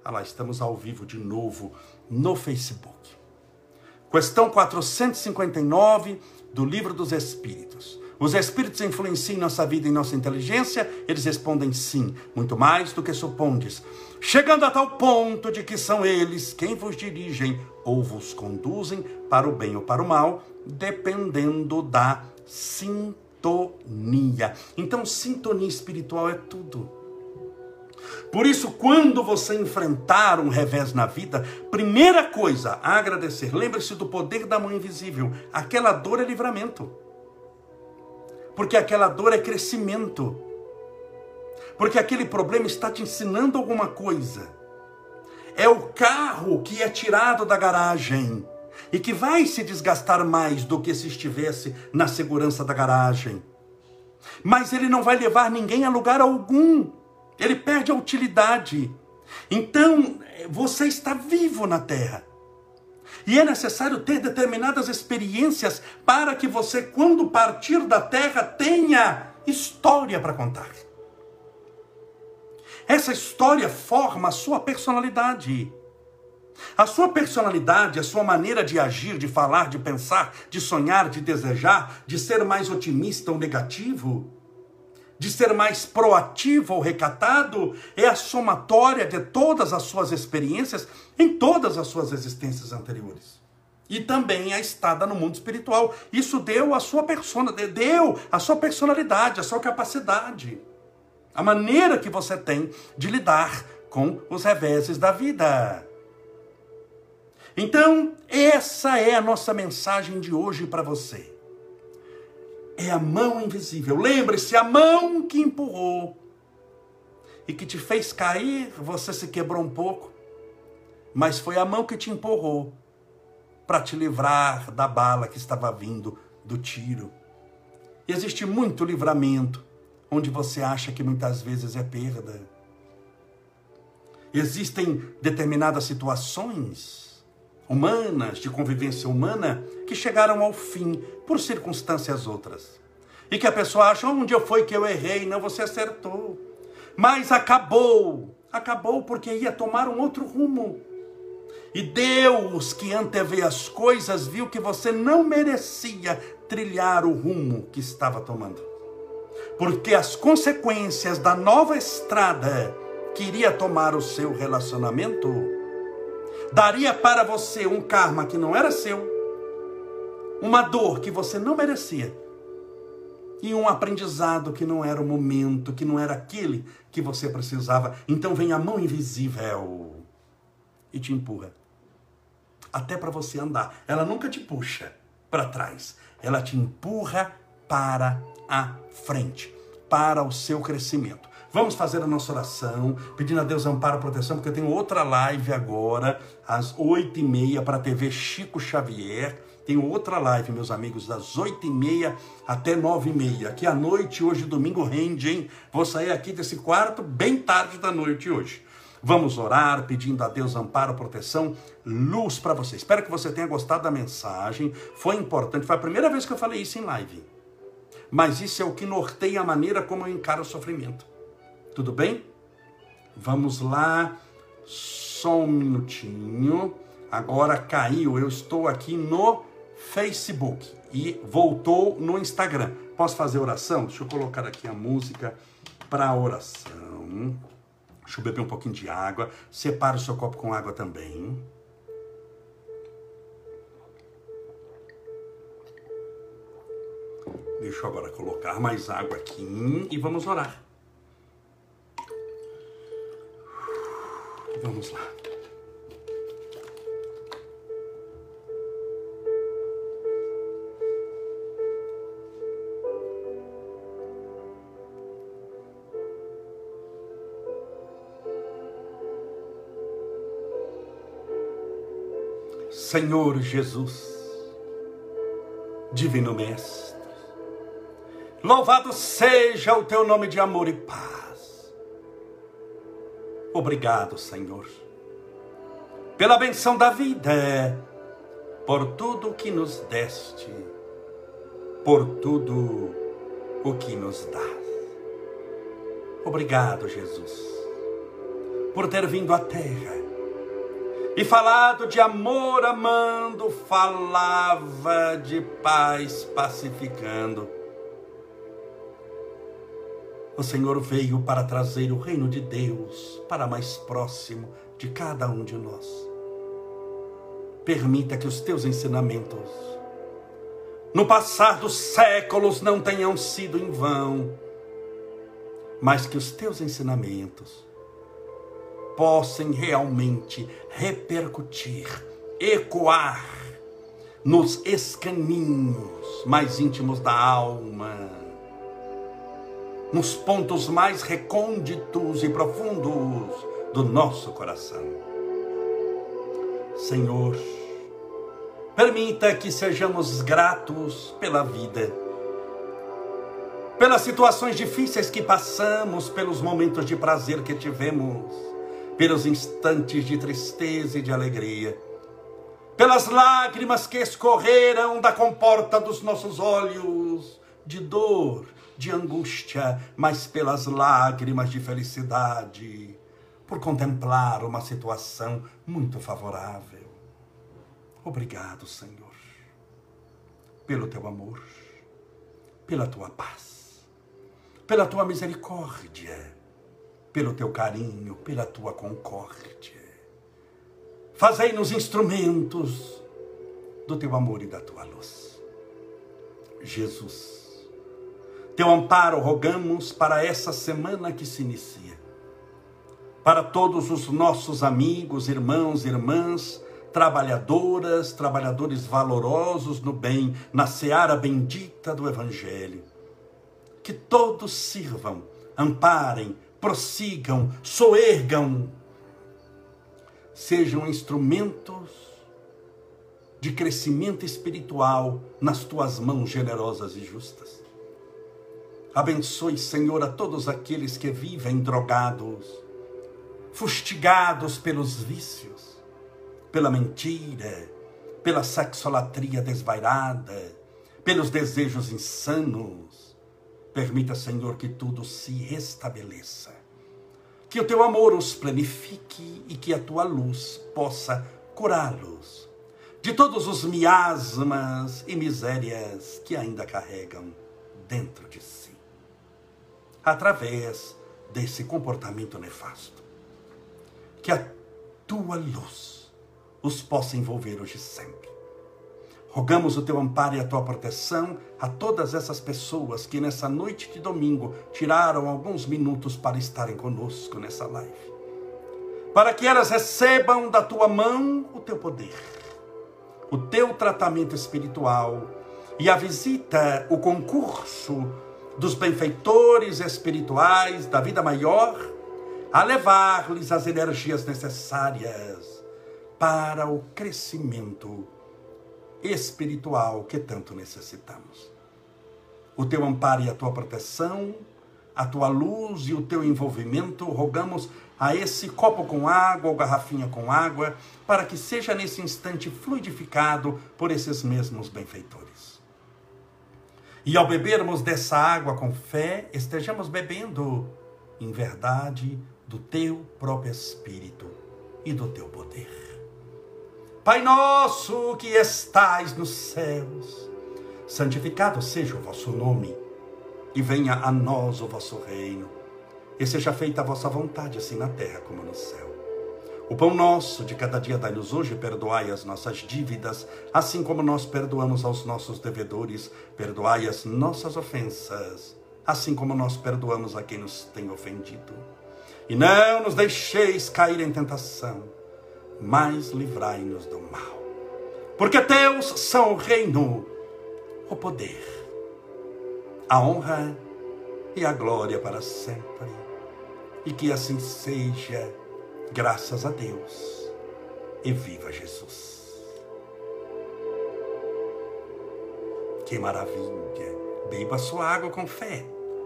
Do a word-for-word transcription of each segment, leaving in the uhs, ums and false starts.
Ah lá, estamos ao vivo de novo no Facebook. Questão quatrocentos e cinquenta e nove do Livro dos Espíritos. Os espíritos influenciam nossa vida e nossa inteligência? Eles respondem sim, muito mais do que supondes, chegando a tal ponto de que são eles quem vos dirigem ou vos conduzem para o bem ou para o mal, dependendo da sintonia. Então, sintonia espiritual é tudo. Por isso, quando você enfrentar um revés na vida, primeira coisa, agradecer. Lembre-se do poder da mão invisível. Aquela dor é livramento. Porque aquela dor é crescimento. Porque aquele problema está te ensinando alguma coisa. É o carro que é tirado da garagem e que vai se desgastar mais do que se estivesse na segurança da garagem. Mas ele não vai levar ninguém a lugar algum. Ele perde a utilidade. Então, você está vivo na Terra. E é necessário ter determinadas experiências para que você, quando partir da Terra, tenha história para contar. Essa história forma a sua personalidade. A sua personalidade, a sua maneira de agir, de falar, de pensar, de sonhar, de desejar, de ser mais otimista ou negativo, de ser mais proativo ou recatado, é a somatória de todas as suas experiências em todas as suas existências anteriores. E também a estada no mundo espiritual. Isso deu a sua persona, deu a sua personalidade, a sua capacidade. A maneira que você tem de lidar com os reveses da vida. Então, essa é a nossa mensagem de hoje para você. É a mão invisível. Lembre-se, a mão que empurrou e que te fez cair, você se quebrou um pouco, mas foi a mão que te empurrou para te livrar da bala que estava vindo do tiro. E existe muito livramento onde você acha que muitas vezes é perda. Existem determinadas situações humanas, de convivência humana, que chegaram ao fim por circunstâncias outras. E que a pessoa acha, onde eu foi que eu errei? Não, você acertou. Mas acabou. Acabou porque ia tomar um outro rumo. E Deus, que antevê as coisas, viu que você não merecia trilhar o rumo que estava tomando. Porque as consequências da nova estrada que iria tomar o seu relacionamento daria para você um karma que não era seu, uma dor que você não merecia e um aprendizado que não era o momento, que não era aquele que você precisava. Então vem a mão invisível e te empurra até para você andar. Ela nunca te puxa para trás, ela te empurra para a frente, para o seu crescimento. Vamos fazer a nossa oração, pedindo a Deus amparo e proteção, porque eu tenho outra live agora, às oito e meia, para a T V Chico Xavier. Tenho outra live, meus amigos, das oito e meia até nove e meia. Aqui à noite, hoje, domingo, rende, hein? Vou sair aqui desse quarto bem tarde da noite hoje. Vamos orar, pedindo a Deus amparo, proteção, luz para você. Espero que você tenha gostado da mensagem. Foi importante, foi a primeira vez que eu falei isso em live. Mas isso é o que norteia a maneira como eu encaro o sofrimento. Tudo bem? Vamos lá, só um minutinho. Agora caiu, eu estou aqui no Facebook e voltou no Instagram. Posso fazer oração? Deixa eu colocar aqui a música para a oração. Deixa eu beber um pouquinho de água. Separe o seu copo com água também. Deixa eu agora colocar mais água aqui e vamos orar. Vamos lá. Senhor Jesus, Divino Mestre, louvado seja o teu nome de amor e paz. Obrigado, Senhor, pela benção da vida, por tudo o que nos deste, por tudo o que nos dás. Obrigado, Jesus, por ter vindo à terra E falado de amor amando, falava de paz pacificando. O Senhor veio para trazer o reino de Deus para mais próximo de cada um de nós. Permita que os teus ensinamentos, no passar dos séculos, não tenham sido em vão, mas que os teus ensinamentos possam realmente repercutir, ecoar nos escaninhos mais íntimos da alma, nos pontos mais recônditos e profundos do nosso coração. Senhor, permita que sejamos gratos pela vida, pelas situações difíceis que passamos, pelos momentos de prazer que tivemos, pelos instantes de tristeza e de alegria, pelas lágrimas que escorreram da comporta dos nossos olhos, de dor, de angústia, mas pelas lágrimas de felicidade, por contemplar uma situação muito favorável. Obrigado, Senhor, pelo teu amor, pela tua paz, pela tua misericórdia, pelo teu carinho, pela tua concórdia. Fazei-nos instrumentos do teu amor e da tua luz. Jesus, teu amparo rogamos para essa semana que se inicia. Para todos os nossos amigos, irmãos, irmãs, trabalhadoras, trabalhadores valorosos no bem, na seara bendita do Evangelho. Que todos sirvam, amparem, prossigam, soergam, sejam instrumentos de crescimento espiritual nas tuas mãos generosas e justas. Abençoe, Senhor, a todos aqueles que vivem drogados, fustigados pelos vícios, pela mentira, pela sexolatria desvairada, pelos desejos insanos. Permita, Senhor, que tudo se restabeleça, que o teu amor os planifique e que a tua luz possa curá-los de todos os miasmas e misérias que ainda carregam dentro de si, através desse comportamento nefasto. Que a tua luz os possa envolver hoje e sempre. Rogamos o teu amparo e a tua proteção a todas essas pessoas que nessa noite de domingo tiraram alguns minutos para estarem conosco nessa live, para que elas recebam da tua mão o teu poder, o teu tratamento espiritual e a visita, o concurso dos benfeitores espirituais da vida maior, a levar-lhes as energias necessárias para o crescimento espiritual que tanto necessitamos. O teu amparo e a tua proteção, a tua luz e o teu envolvimento, rogamos a esse copo com água ou garrafinha com água, para que seja nesse instante fluidificado por esses mesmos benfeitores. E ao bebermos dessa água com fé, estejamos bebendo, em verdade, do teu próprio Espírito e do teu poder. Pai nosso que estais nos céus, santificado seja o vosso nome, e venha a nós o vosso reino, e seja feita a vossa vontade, assim na terra como no céu. O pão nosso de cada dia dai-nos hoje, perdoai as nossas dívidas, assim como nós perdoamos aos nossos devedores, perdoai as nossas ofensas, assim como nós perdoamos a quem nos tem ofendido. E não nos deixeis cair em tentação, mas livrai-nos do mal. Porque teus são o reino, o poder, a honra e a glória para sempre. E que assim seja, graças a Deus, e viva Jesus. Que maravilha! Beba sua água com fé.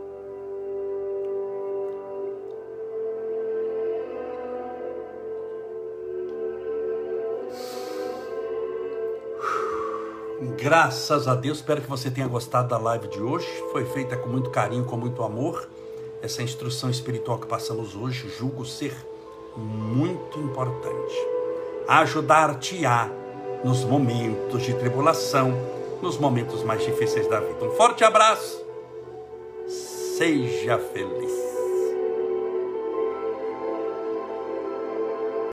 Graças a Deus, espero que você tenha gostado da live de hoje. Foi feita com muito carinho, com muito amor. Essa instrução espiritual que passamos hoje, julgo ser muito importante. ajudar-te-á nos momentos de tribulação, nos momentos mais difíceis da vida. Um forte abraço, seja feliz.